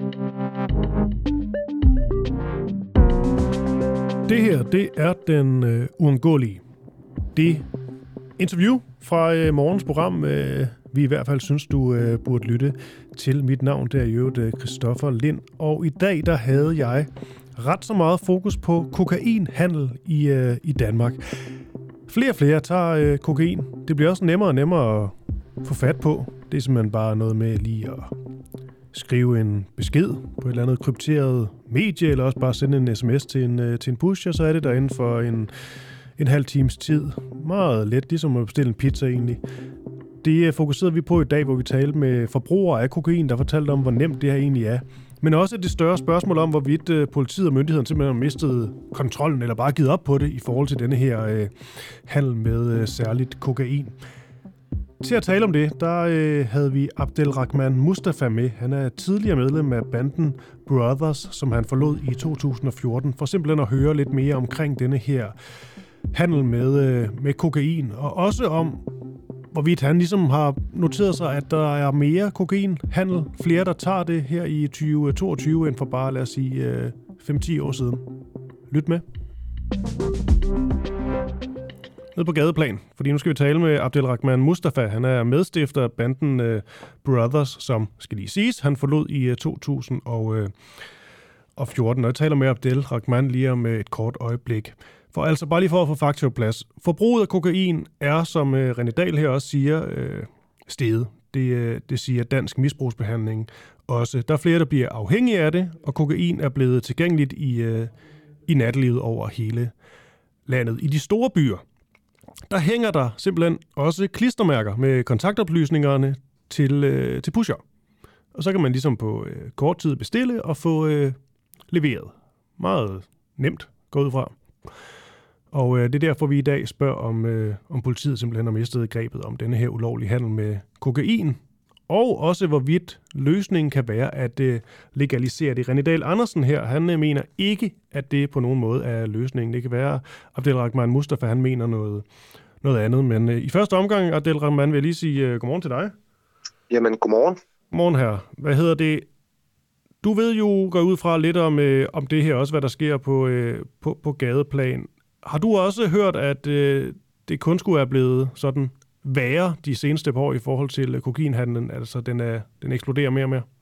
Det her, det er den uundgåelige. Det interview fra morgens program, vi i hvert fald synes, du burde lytte til. Mit navn, det er i øvrigt Christoffer Lind, og i dag, der havde jeg ret så meget fokus på kokainhandel i Danmark. Flere og flere tager kokain. Det bliver også nemmere og nemmere at få fat på. Det er simpelthen bare noget med lige at skrive en besked på et eller andet krypteret medie, eller også bare sende en sms til en push, og så er det der inden for en halv times tid. Meget let, ligesom at bestille en pizza egentlig. Det fokuserede vi på i dag, hvor vi talte med forbrugere af kokain, der fortalte om, hvor nemt det her egentlig er. Men også det større spørgsmål om, hvorvidt politiet og myndighederne simpelthen har mistet kontrollen, eller bare givet op på det, i forhold til denne her handel med særligt kokain. Til at tale om det, der havde vi Abdelrahman Mustafa med. Han er tidligere medlem af banden Brothers, som han forlod i 2014, for simpelthen at høre lidt mere omkring denne her handel med kokain, og også om, hvorvidt han ligesom har noteret sig, at der er mere kokainhandel, flere der tager det her i 2022, end for bare, lad os sige, 5-10 år siden. Lyt med. Nede på gadeplan, fordi nu skal vi tale med Abdelrahman Mustafa. Han er medstifter af banden Brothers, som skal lige siges, han forlod i 2014. Og jeg taler med Abdelrahman lige om et kort øjeblik. For altså bare lige for at få fakta på plads. Forbruget af kokain er, som René Dahl her også siger, steget. Det siger Dansk Misbrugsbehandling også. Der er flere, der bliver afhængige af det, og kokain er blevet tilgængeligt i nattelivet over hele landet. I de store byer, der hænger der simpelthen også klistermærker med kontaktoplysningerne til pusher. Og så kan man ligesom på kort tid bestille og få leveret. Meget nemt gå ud fra. Og det er derfor, vi i dag spørger, om politiet simpelthen har mistet grebet om denne her ulovlige handel med kokain. Og også hvorvidt løsningen kan være at legalisere det. René Dahl Andersen her, han mener ikke, at det på nogen måde er løsningen. Det kan være, Abdelrahman Mustafa, han mener noget andet. Men i første omgang, Abdelrahman, vil jeg lige sige godmorgen til dig. Jamen, godmorgen. Godmorgen her. Hvad hedder det? Du ved jo, går ud fra lidt om det her også, hvad der sker på gadeplan. Har du også hørt, at det kun skulle være blevet sådan værre de seneste par år i forhold til kokainhandlen? Altså, den eksploderer mere og mere?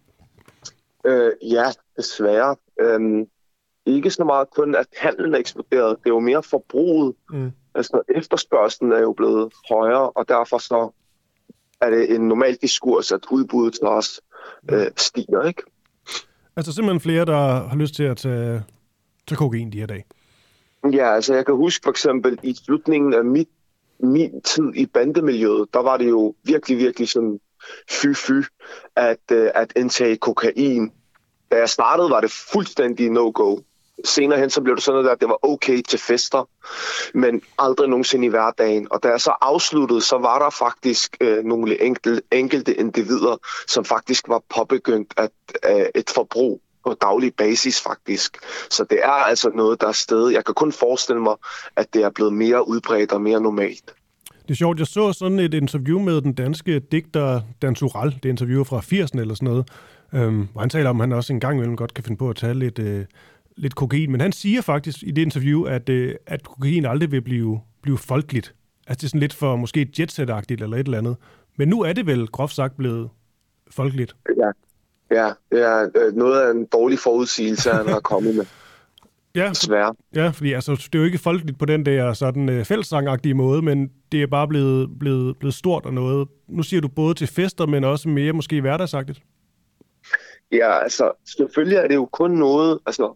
Ja, desværre. Ikke så meget kun, at handlen er eksploderet. Det er jo mere forbruget. Altså, efterspørgselen er jo blevet højere, og derfor så er det en normal diskurs, at udbuddet så også stiger, ikke? Altså simpelthen flere, der har lyst til at tage kokain de her dage? Ja, altså jeg kan huske for eksempel i slutningen af min tid i bandemiljøet, der var det jo virkelig sådan fy at indtage kokain. Da jeg startede, var det fuldstændig no-go. Senere hen, så blev det sådan noget, at det var okay til fester, men aldrig nogensinde i hverdagen. Og da jeg så afsluttede, så var der faktisk nogle enkelte individer, som faktisk var påbegyndt at et forbrug på daglig basis faktisk. Så det er altså noget, der er stedet. Jeg kan kun forestille mig, at det er blevet mere udbredt og mere normalt. Det er sjovt. Jeg så sådan et interview med den danske digter Dan Turèll. Det interview fra 80'erne eller sådan noget, hvor han taler om, at han også en gang imellem godt kan finde på at tage lidt kokain. Men han siger faktisk i det interview, at kokain aldrig vil blive folkeligt. Altså det er sådan lidt for måske jetset-agtigt eller et eller andet. Men nu er det vel groft sagt blevet folkeligt. Ja, det er noget af en dårlig forudsigelse, han har kommet med. Ja, desværre. Ja, fordi altså, det er jo ikke folkeligt på den der sådan fællessangagtige måde, men det er bare blevet stort og noget. Nu siger du både til fester, men også mere måske hverdagsagtigt. Ja, altså selvfølgelig er det jo kun noget, altså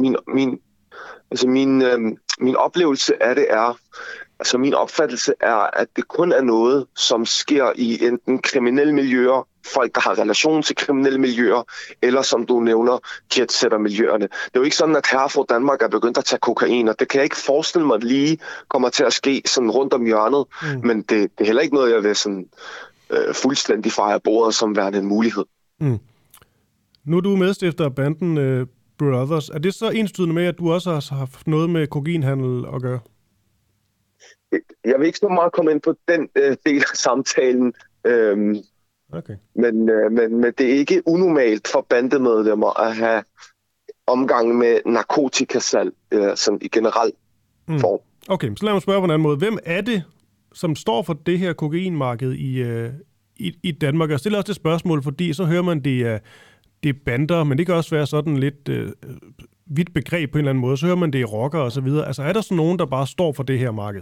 min oplevelse af det er, altså min opfattelse er, at det kun er noget, som sker i enten kriminelle miljøer, folk, der har relation til kriminelle miljøer, eller som du nævner, jetsetter-miljøerne. Det er jo ikke sådan, at her fra Danmark er begyndt at tage kokain, og det kan jeg ikke forestille mig, at lige kommer til at ske sådan rundt om hjørnet, men det er heller ikke noget, jeg vil sådan, fuldstændig fejre bordet som værende en mulighed. Nu er du medstifter af banden Brothers. Er det så ensbetydende med, at du også har haft noget med kokainhandel at gøre? Jeg vil ikke så meget komme ind på den del af samtalen. Okay. Men det er ikke unormalt for bandemedlemmer at have omgang med narkotikasalg, som i generelt form. Okay, så lad mig spørge på en anden måde. Hvem er det, som står for det her kokainmarked i Danmark? Jeg stiller også det spørgsmål, fordi så hører man, det er bander, men det kan også være sådan lidt vidt begreb på en eller anden måde. Så hører man, det er rockere og så videre. Altså er der sådan nogen, der bare står for det her marked?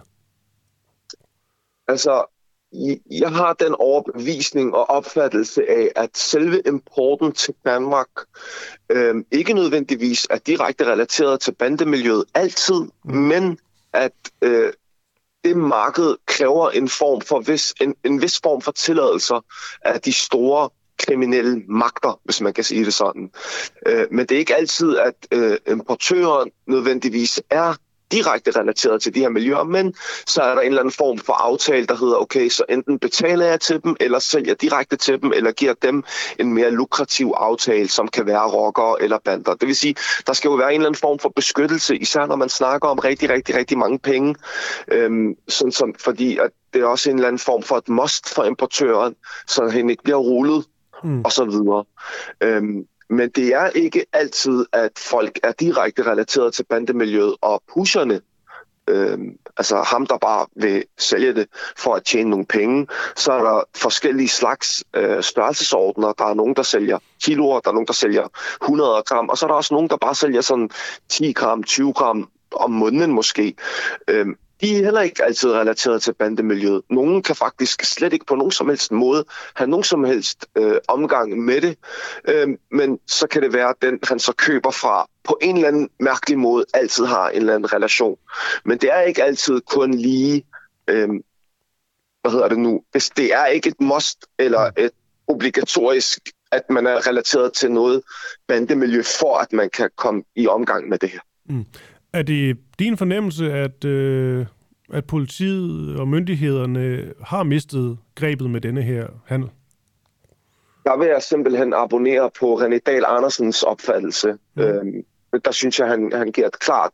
Altså, jeg har den overbevisning og opfattelse af, at selve importen til Danmark ikke nødvendigvis er direkte relateret til bandemiljøet altid, men at det marked kræver en vis form for tilladelser af de store kriminelle magter, hvis man kan sige det sådan. Men det er ikke altid, at importøren nødvendigvis er direkte relateret til de her miljøer, men så er der en eller anden form for aftale, der hedder, okay, så enten betaler jeg til dem, eller sælger direkte til dem, eller giver dem en mere lukrativ aftale, som kan være rockere eller bander. Det vil sige, der skal jo være en eller anden form for beskyttelse, især når man snakker om rigtig, rigtig, rigtig mange penge, fordi at det er også en eller anden form for et must for importøren, så han ikke bliver rullet, og så videre. Men det er ikke altid, at folk er direkte relateret til bandemiljøet, og pusherne, altså ham, der bare vil sælge det for at tjene nogle penge, så er der forskellige slags størrelsesordner. Der er nogen, der sælger kiloer, der er nogen, der sælger 100 gram, og så er der også nogen, der bare sælger sådan 10 gram, 20 gram om måneden måske. De er heller ikke altid relateret til bandemiljøet. Nogen kan faktisk slet ikke på nogen som helst måde have nogen som helst omgang med det. Men så kan det være, at den, han så køber fra, på en eller anden mærkelig måde altid har en eller anden relation. Men det er ikke altid kun lige, det er ikke et must eller et obligatorisk, at man er relateret til noget bandemiljø, for at man kan komme i omgang med det her. Er det din fornemmelse, at politiet og myndighederne har mistet grebet med denne her handel? Der vil jeg simpelthen abonnere på René Dahl Andersens opfattelse. Der synes jeg, han giver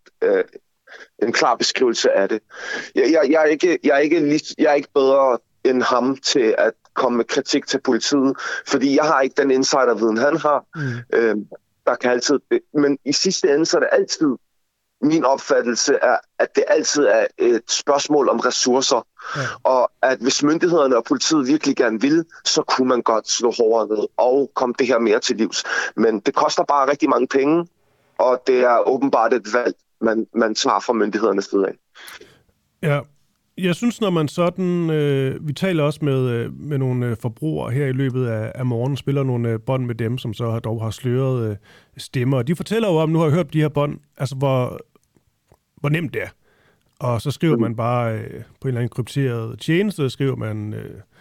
en klar beskrivelse af det. Jeg er ikke bedre end ham til at komme med kritik til politiet, fordi jeg har ikke den insiderviden, han har. Der kan altid, men i sidste ende så er det altid min opfattelse er, at det altid er et spørgsmål om ressourcer, og at hvis myndighederne og politiet virkelig gerne vil, så kunne man godt slå hårdere ned og komme det her mere til livs. Men det koster bare rigtig mange penge, og det er åbenbart et valg, man tager fra myndighedernes side af. Ja, jeg synes, når man sådan... vi taler også med nogle forbrugere her i løbet af morgenen, spiller nogle bånd med dem, som så dog har sløret stemmer. Og de fortæller jo om, nu har jeg hørt de her bånd, altså hvor nemt det er. Og så skriver man bare på en eller anden krypteret tjeneste, skriver man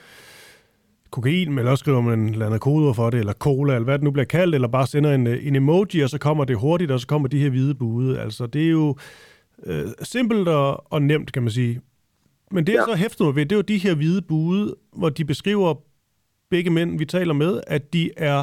kokain, eller også skriver man landet koder for det, eller cola, eller hvad det nu bliver kaldt, eller bare sender en emoji, og så kommer det hurtigt, og så kommer de her hvide bude. Altså, det er jo simpelt og nemt, kan man sige. Men det, jeg så hæfter mig ved, det er jo de her hvide bude, hvor de beskriver begge mænd, vi taler med, at de er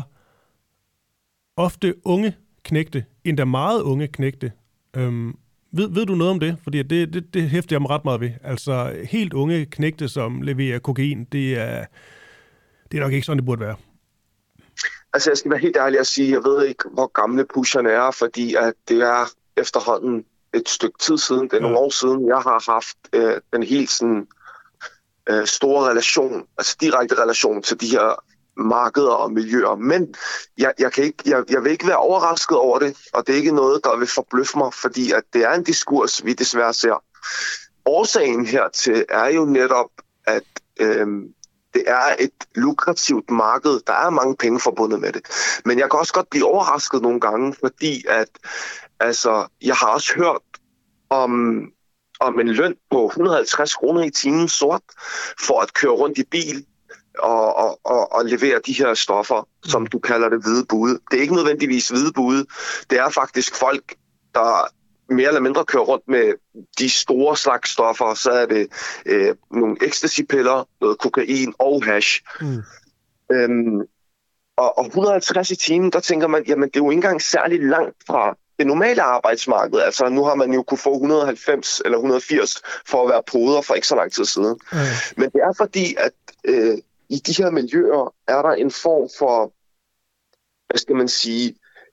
ofte unge knægte, endda meget unge knægte. Ved du noget om det? Fordi det hæfter jeg mig ret meget ved. Altså, helt unge knægte, som leverer kokain, det er nok ikke sådan, det burde være. Altså, jeg skal være helt ærlig at sige, jeg ved ikke, hvor gamle pusherne er, fordi at det er efterhånden et stykke tid siden, det er nogle år siden, jeg har haft den helt sådan store relation, altså direkte relation til de her markeder og miljøer. Men jeg vil ikke være overrasket over det, og det er ikke noget, der vil forbløffe mig, fordi at det er en diskurs, vi desværre ser. Årsagen hertil er jo netop, at det er et lukrativt marked. Der er mange penge forbundet med det. Men jeg kan også godt blive overrasket nogle gange, fordi at altså, jeg har også hørt om en løn på 150 kroner i timen sort for at køre rundt i bil og levere de her stoffer, som du kalder det hvide bude. Det er ikke nødvendigvis hvide bude. Det er faktisk folk, der mere eller mindre kører rundt med de store slags stoffer. Så er det nogle ecstasy-piller, noget kokain og hash. Og 150 i timen, der tænker man, jamen det er jo ikke engang særlig langt fra det normale arbejdsmarked. Altså nu har man jo kunne få 190 eller 180 for at være poder for ikke så lang tid siden. Men det er fordi, at i de her miljøer er der en form for, hvad skal man sige,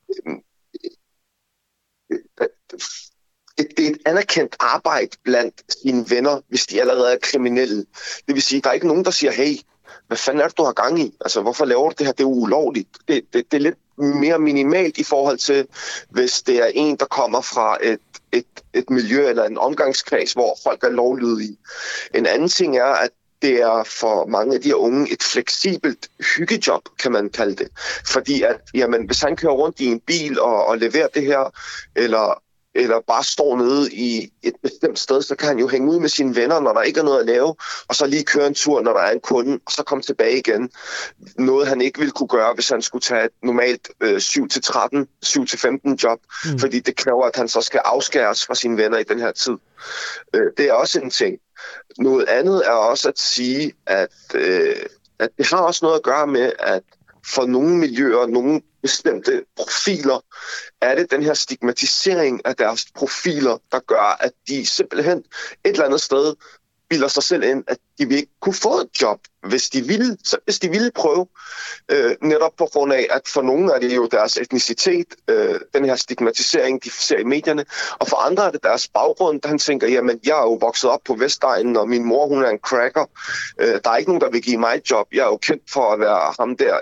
det er et anerkendt arbejde blandt sine venner, hvis de allerede er kriminelle. Det vil sige, der er ikke nogen, der siger, hey, hvad fanden er det, du har gang i? Altså, hvorfor laver du det her? Det er ulovligt. Det er lidt mere minimalt i forhold til, hvis det er en, der kommer fra et miljø eller en omgangskreds, hvor folk er lovlydige. En anden ting er, at det er for mange af de her unge et fleksibelt hyggejob, kan man kalde det. Fordi at, jamen, hvis han kører rundt i en bil og leverer det her, eller bare står nede i et bestemt sted, så kan han jo hænge ud med sine venner, når der ikke er noget at lave, og så lige køre en tur, når der er en kunde, og så komme tilbage igen. Noget, han ikke ville kunne gøre, hvis han skulle tage et normalt 7-13, 7-15 job, fordi det kræver, at han så skal afskæres fra sine venner i den her tid. Det er også en ting. Noget andet er også at sige, at det har også noget at gøre med, at for nogle miljøer, nogle bestemte profiler, er det den her stigmatisering af deres profiler, der gør, at de simpelthen et eller andet sted bilder sig selv ind, at de vil ikke kunne få et job, hvis de ville prøve. Netop på grund af, at for nogle er det jo deres etnicitet, den her stigmatisering, de ser i medierne, og for andre er det deres baggrund, der han tænker, jamen, jeg er jo vokset op på Vestegnen, og min mor, hun er en cracker. Der er ikke nogen, der vil give mig et job. Jeg er jo kendt for at være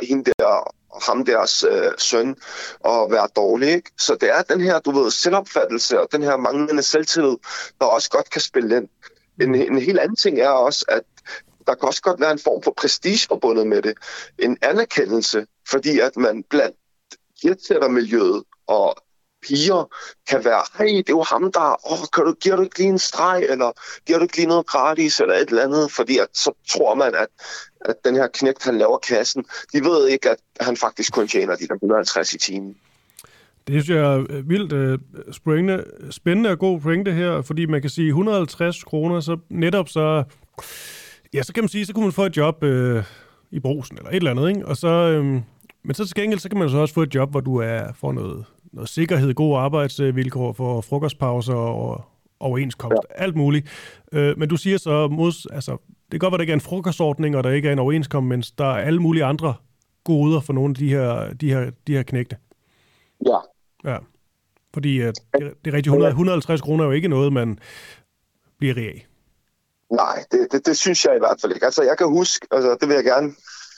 ham deres søn og være dårlig, ikke? Så det er den her, selvopfattelse og den her manglende selvtillid, der også godt kan spille ind. En helt anden ting er også, at der kan også godt være en form for prestige forbundet med det. En anerkendelse, fordi at man blandt jetsettermiljøet og piger kan være, hey, det er jo ham, der, giver du ikke lige en streg, eller giver du ikke lige noget gratis, eller et eller andet, fordi at, så tror man, at den her knægt, han laver kassen, de ved ikke, at han faktisk kun tjener de der 150 i timen. Det synes jeg er vildt spændende og god pointe her, fordi man kan sige 150 kroner, så netop så, ja, så kan man sige, så kunne man få et job i Brugsen eller et eller andet, ikke? Og så, men så til gengæld, så kan man så også få et job, hvor du får noget sikkerhed, gode arbejdsvilkår for frokostpauser og overenskomst, alt muligt. Men du siger så, altså, det kan godt være, der ikke er en frokostordning, og der ikke er en overenskomst, men der er alle mulige andre goder for nogle af de her knægte. Ja. Ja, fordi det er rigtig 150 kroner er jo ikke noget, man bliver rig af. Nej, det synes jeg i hvert fald ikke. Altså, jeg kan huske, altså, det vil jeg gerne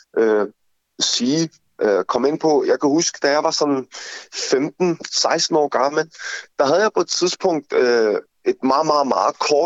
komme ind på. Jeg kan huske, da jeg var sådan 15-16 år gammel, der havde jeg på et tidspunkt et meget, meget, meget kort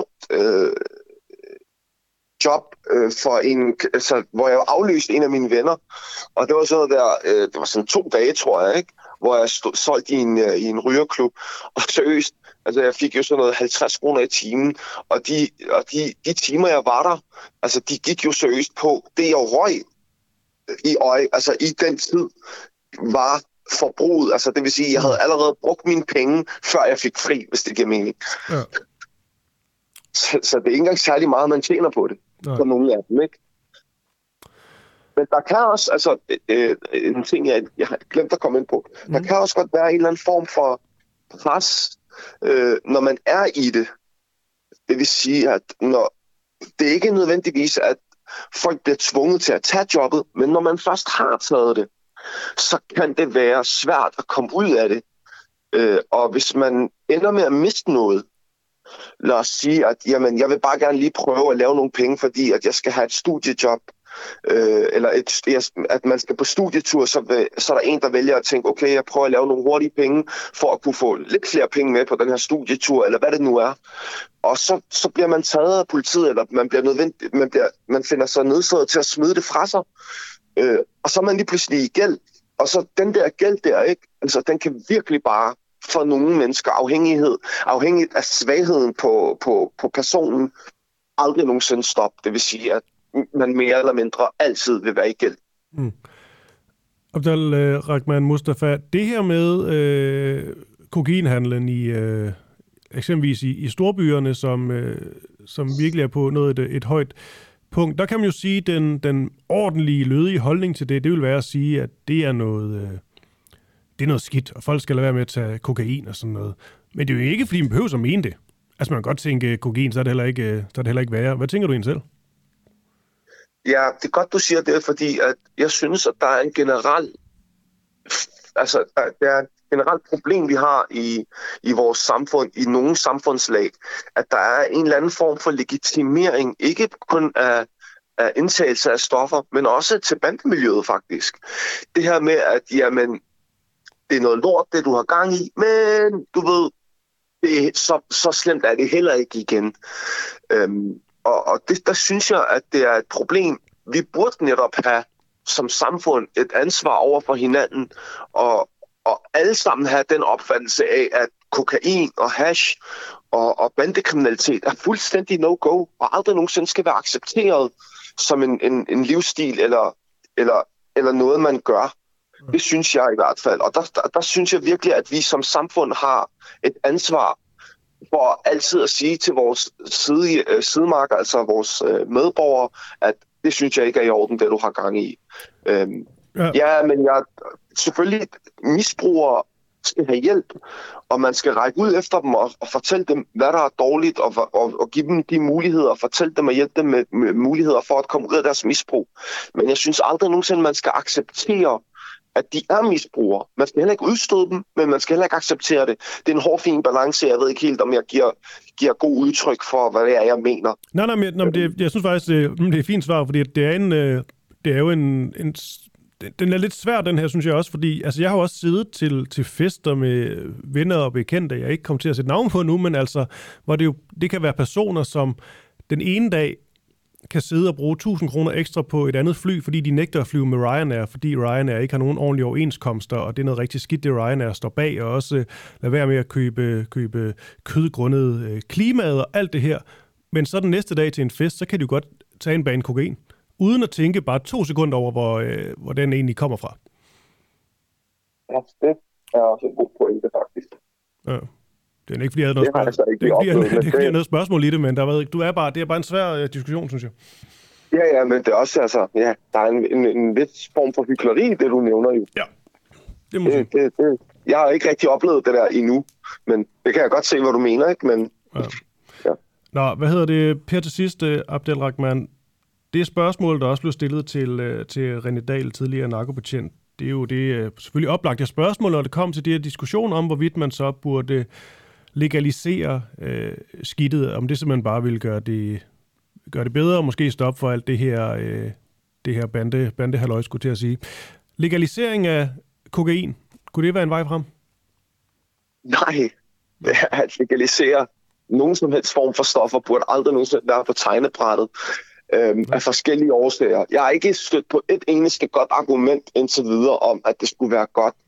job for hvor jeg afløste en af mine venner. Og det var sådan det var sådan 2 dage, tror jeg, ikke? Hvor jeg solgte i en rygerklub. Og seriøst, altså jeg fik jo sådan noget 50 kroner i timen. Og de timer, jeg var der, altså de gik jo seriøst på. Det jeg røg i den tid, var forbruget. Altså det vil sige, jeg havde allerede brugt mine penge, før jeg fik fri, hvis det giver mening. Ja. Så det er ikke engang særlig meget, man tjener på det. For nogle af dem, ikke? Men der kan også, altså en ting, jeg har glemt at komme ind på, der kan også godt være en eller anden form for pres, når man er i det. Det vil sige, at det er ikke nødvendigvis, at folk bliver tvunget til at tage jobbet, men når man først har taget det, så kan det være svært at komme ud af det. Og hvis man ender med at miste noget, lad os sige, at jamen, jeg vil bare gerne lige prøve at lave nogle penge, fordi at jeg skal have et studiejob, eller at man skal på studietur, så er der en, der vælger at tænke, okay, jeg prøver at lave nogle hurtige penge, for at kunne få lidt flere penge med på den her studietur, eller hvad det nu er. Og så bliver man taget af politiet, eller man finder sig nødsaget til at smide det fra sig, og så er man lige pludselig i gæld. Og så den der gæld der, ikke? Altså, den kan virkelig bare for nogle mennesker afhængigt af svagheden på personen, aldrig nogensinde stoppe. Det vil sige, at man mere eller mindre altid vil være i gæld. Abdel Rahman Mustafa, det her med kokainhandlen i eksempelvis i storbyerne, som virkelig er på et højt punkt, der kan man jo sige, den ordentlige, lødige holdning til det vil være at sige, at det er noget skidt, og folk skal lade være med at tage kokain og sådan noget. Men det er jo ikke, fordi man behøver at mene det. Altså man kan godt tænke kokain, så er det heller ikke værre. Hvad tænker du egentlig selv? Ja, det er godt, du siger det, fordi at jeg synes, at der er en generel... Altså, der er et generelt problem, vi har i vores samfund, i nogle samfundslag, at der er en eller anden form for legitimering, ikke kun af indtagelse af stoffer, men også til bandemiljøet faktisk. Det her med, at jamen, det er noget lort, det du har gang i, men du ved, det er så slemt er det heller ikke igen. Og der synes jeg, at det er et problem. Vi burde netop have som samfund et ansvar over for hinanden, og alle sammen have den opfattelse af, at kokain og hash og bandekriminalitet er fuldstændig no-go, og aldrig nogensinde skal være accepteret som en livsstil eller noget, man gør. Det synes jeg i hvert fald. Og der synes jeg virkelig, at vi som samfund har et ansvar for altid at sige til vores sidemarker, altså vores medborgere, at det synes jeg ikke er i orden, det du har gang i. Ja, men selvfølgelig misbrugere skal have hjælp, og man skal række ud efter dem og fortælle dem, hvad der er dårligt, og give dem de muligheder, og fortælle dem og hjælpe dem med muligheder for at komme ud af deres misbrug. Men jeg synes aldrig nogensinde, man skal acceptere, at de er misbrugere. Man skal heller ikke udstøde dem, men man skal heller ikke acceptere det. Det er en hård, fin balance. Jeg ved ikke helt, om jeg giver god udtryk for, hvad det er, jeg mener. Nej, men jeg synes faktisk, det er et fint svar, fordi det er jo den er lidt svær, den her, synes jeg også, fordi altså, jeg har også siddet til fester med venner og bekendte, jeg ikke kommer til at sætte navn på nu, men altså, hvor det kan være personer, som den ene dag kan sidde og bruge 1.000 kroner ekstra på et andet fly, fordi de nægter at flyve med Ryanair, fordi Ryanair ikke har nogen ordentlige overenskomster, og det er noget rigtig skidt, det Ryanair står bag, og også lade være med at købe kødgrundet klimaet og alt det her. Men så den næste dag til en fest, så kan de jo godt tage en bane kokain, uden at tænke bare 2 sekunder over, hvor den egentlig kommer fra. Ja, det er også en god pointe, faktisk. Ja. Det er ikke, fordi jeg havde noget spørgsmål i det, men det er bare en svær diskussion, synes jeg. Ja, men det er også, altså, ja, der er en vis form for hykleri, det du nævner jo. Ja, det må det. Jeg har ikke rigtig oplevet det der endnu, men det kan jeg godt se, hvad du mener, ikke? Men, ja. Nå, hvad hedder det, Per, til sidst, Abdelrahman? Det spørgsmål, der også blev stillet til René Dahl, tidligere narkobetjent, det er jo det selvfølgelig oplagte spørgsmål, når det kom til de her diskussioner om, hvorvidt man så burde legalisere skidtet, om det simpelthen bare ville gøre det bedre, og måske stoppe for alt det her bandehalløj, skulle til at sige. Legalisering af kokain, kunne det være en vej frem? Nej, at legalisere nogen som helst form for stoffer burde aldrig nogensinde være på tegnebrættet af forskellige årsager. Jeg har ikke stødt på et eneste godt argument indtil videre om, at det skulle være godt.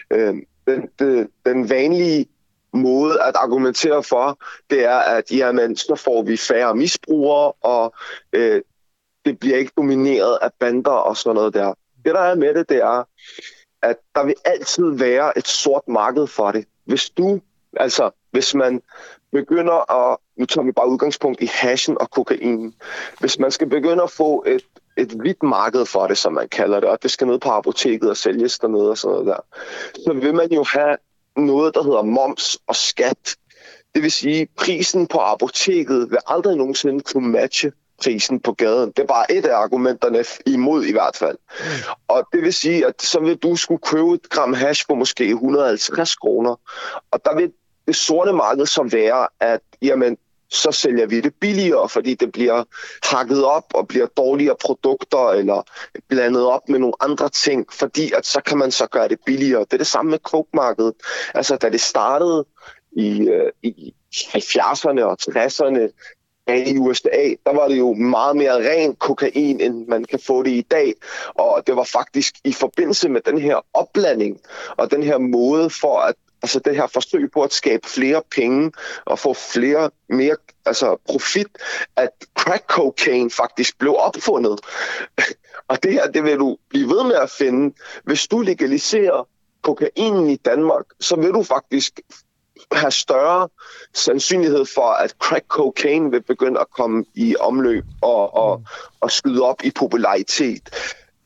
Den vanlige måde at argumentere for, det er, at jamen, så får vi færre misbrugere, og det bliver ikke domineret af bander og sådan noget der. Det, der er med det, det er, at der vil altid være et sort marked for det. Hvis man begynder at, nu tager vi bare udgangspunkt i hashen og kokain, hvis man skal begynde at få et hvidt marked for det, som man kalder det, og det skal ned på apoteket og sælges dernede og sådan noget der, så vil man jo have noget, der hedder moms og skat. Det vil sige, prisen på apoteket vil aldrig nogensinde kunne matche prisen på gaden. Det er bare et af argumenterne imod i hvert fald. Og det vil sige, at så vil du skulle købe et gram hash for måske 150 kroner. Og der vil det sorte marked så være, at jamen, så sælger vi det billigere, fordi det bliver hakket op og bliver dårligere produkter eller blandet op med nogle andre ting, fordi at så kan man så gøre det billigere. Det er det samme med coke-markedet. Altså, da det startede i 70'erne og 60'erne i USA, der var det jo meget mere ren kokain, end man kan få det i dag. Og det var faktisk i forbindelse med den her opblanding og den her måde for at altså det her forsøg på at skabe flere penge og få mere profit, at crack cocaine faktisk blev opfundet. Og det her, det vil du blive ved med at finde. Hvis du legaliserer kokainen i Danmark, så vil du faktisk have større sandsynlighed for, at crack cocaine vil begynde at komme i omløb og skyde op i popularitet.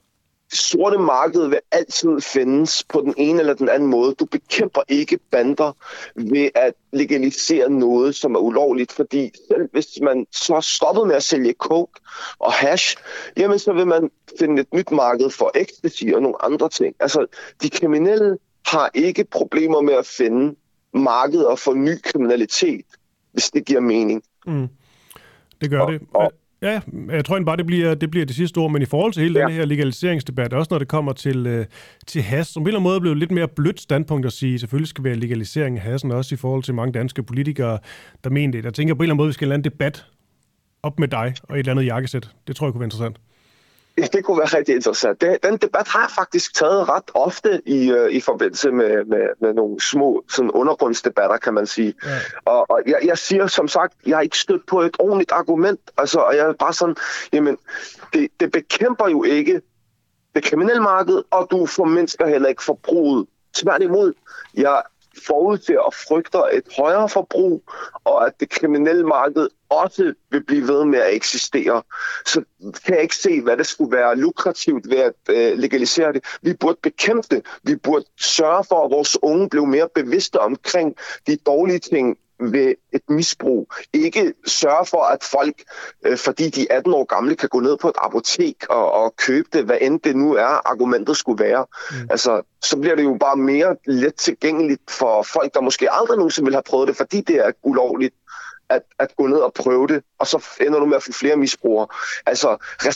sorte marked vil altid findes på den ene eller den anden måde. Du bekæmper ikke bander ved at legalisere noget, som er ulovligt, fordi selv hvis man så er stoppet med at sælge coke og hash, jamen så vil man finde et nyt marked for ecstasy og nogle andre ting. Altså, de kriminelle har ikke problemer med at finde markeder for ny kriminalitet, hvis det giver mening. Mm. Det gør det. Ja, jeg tror bare, det bliver det sidste ord, men i forhold til hele den her legaliseringsdebat, også når det kommer til hash, som på en eller anden måde er blevet lidt mere blødt standpunkt at sige, selvfølgelig skal være legalisering af hashen, også i forhold til mange danske politikere, der mener det. Jeg tænker på en eller anden måde, vi skal lave en debat op med dig og et eller andet jakkesæt. Det tror jeg kunne være interessant. Det kunne være rigtig interessant. Den debat har jeg faktisk taget ret ofte i forbindelse med nogle små sådan undergrundsdebatter, kan man sige. Ja. Og jeg siger som sagt, jeg har ikke stødt på et ordentligt argument. Altså, og jeg er bare sådan, jamen, det bekæmper jo ikke det kriminelle marked, og du formindsker heller ikke forbruget. Tværtimod, jeg forudser og frygter et højere forbrug, og at det kriminelle marked også vil blive ved med at eksistere. Så kan jeg ikke se, hvad det skulle være lukrativt ved at legalisere det. Vi burde bekæmpe det. Vi burde sørge for, at vores unge blev mere bevidste omkring de dårlige ting ved et misbrug. Ikke sørge for, at folk, fordi de er 18 år gamle, kan gå ned på et apotek og købe det, hvad end det nu er, argumentet skulle være. Altså, så bliver det jo bare mere let tilgængeligt for folk, der måske aldrig nogensinde vil have prøvet det, fordi det er ulovligt at gå ned og prøve det, og så ender du med at få flere misbrugere. Altså,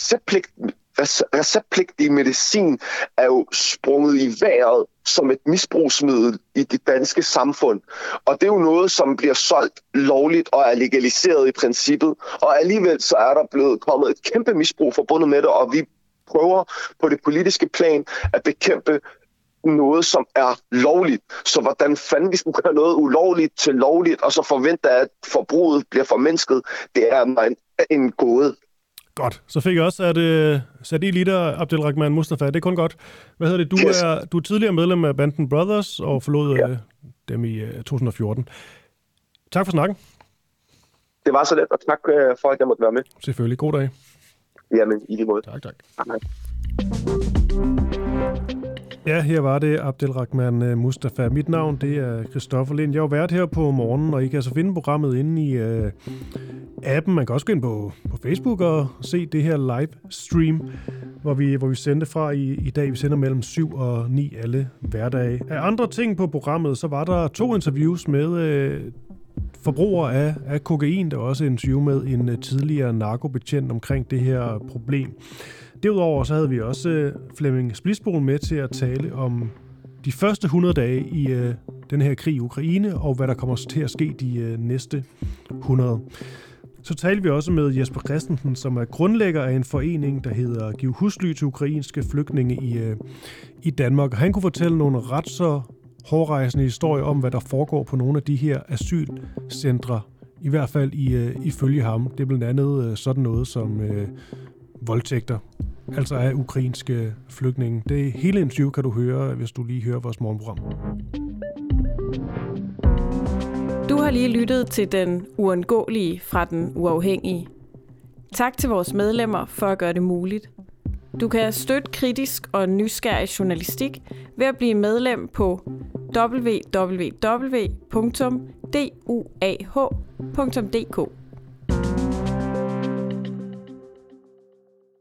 receptpligtig medicin er jo sprunget i vejret som et misbrugsmiddel i det danske samfund. Og det er jo noget, som bliver solgt lovligt og er legaliseret i princippet. Og alligevel så er der blevet kommet et kæmpe misbrug forbundet med det, og vi prøver på det politiske plan at bekæmpe noget, som er lovligt. Så hvordan fanden vi skulle gøre noget ulovligt til lovligt, og så forvente, at forbruget bliver formindsket, det er en gåde. Godt. Så fik jeg også sat i liter Abdelrahman Mustafa. Det er kun godt. Hvad hedder det? Du er tidligere medlem af Banden Brothers og forlod dem i 2014. Tak for snakken. Det var så let, og tak for, at jeg måtte være med. Selvfølgelig. God dag. Jamen, i lige måde. Tak. Ja, her var det Abdelrahman Mustafa. Mit navn, det er Christoffer Lind. Jeg har været her på morgenen, og I kan altså finde programmet inde i appen. Man kan også gå ind på Facebook og se det her livestream, hvor vi sendte fra i dag. Vi sender mellem 7 og 9 alle hverdage. Af andre ting på programmet, så var der 2 interviews med forbrugere af kokain. Der var også en interview med en tidligere narkobetjent omkring det her problem. Derudover så havde vi også Flemming Splidsbol med til at tale om de første 100 dage i den her krig i Ukraine, og hvad der kommer til at ske de næste 100. Så talte vi også med Jesper Christensen, som er grundlægger af en forening, der hedder Giv husly til ukrainske flygtninge i Danmark. Han kunne fortælle nogle ret så hårdrejsende historier om, hvad der foregår på nogle af de her asylcentre, i hvert fald ifølge ham. Det er blandt andet sådan noget som voldtægter, altså af ukrainske flygtninge. Det hele interview kan du høre, hvis du lige hører vores morgenprogram. Du har lige lyttet til Den Uundgåelige fra Den Uafhængige. Tak til vores medlemmer for at gøre det muligt. Du kan støtte kritisk og nysgerrig journalistik ved at blive medlem på www.duah.dk.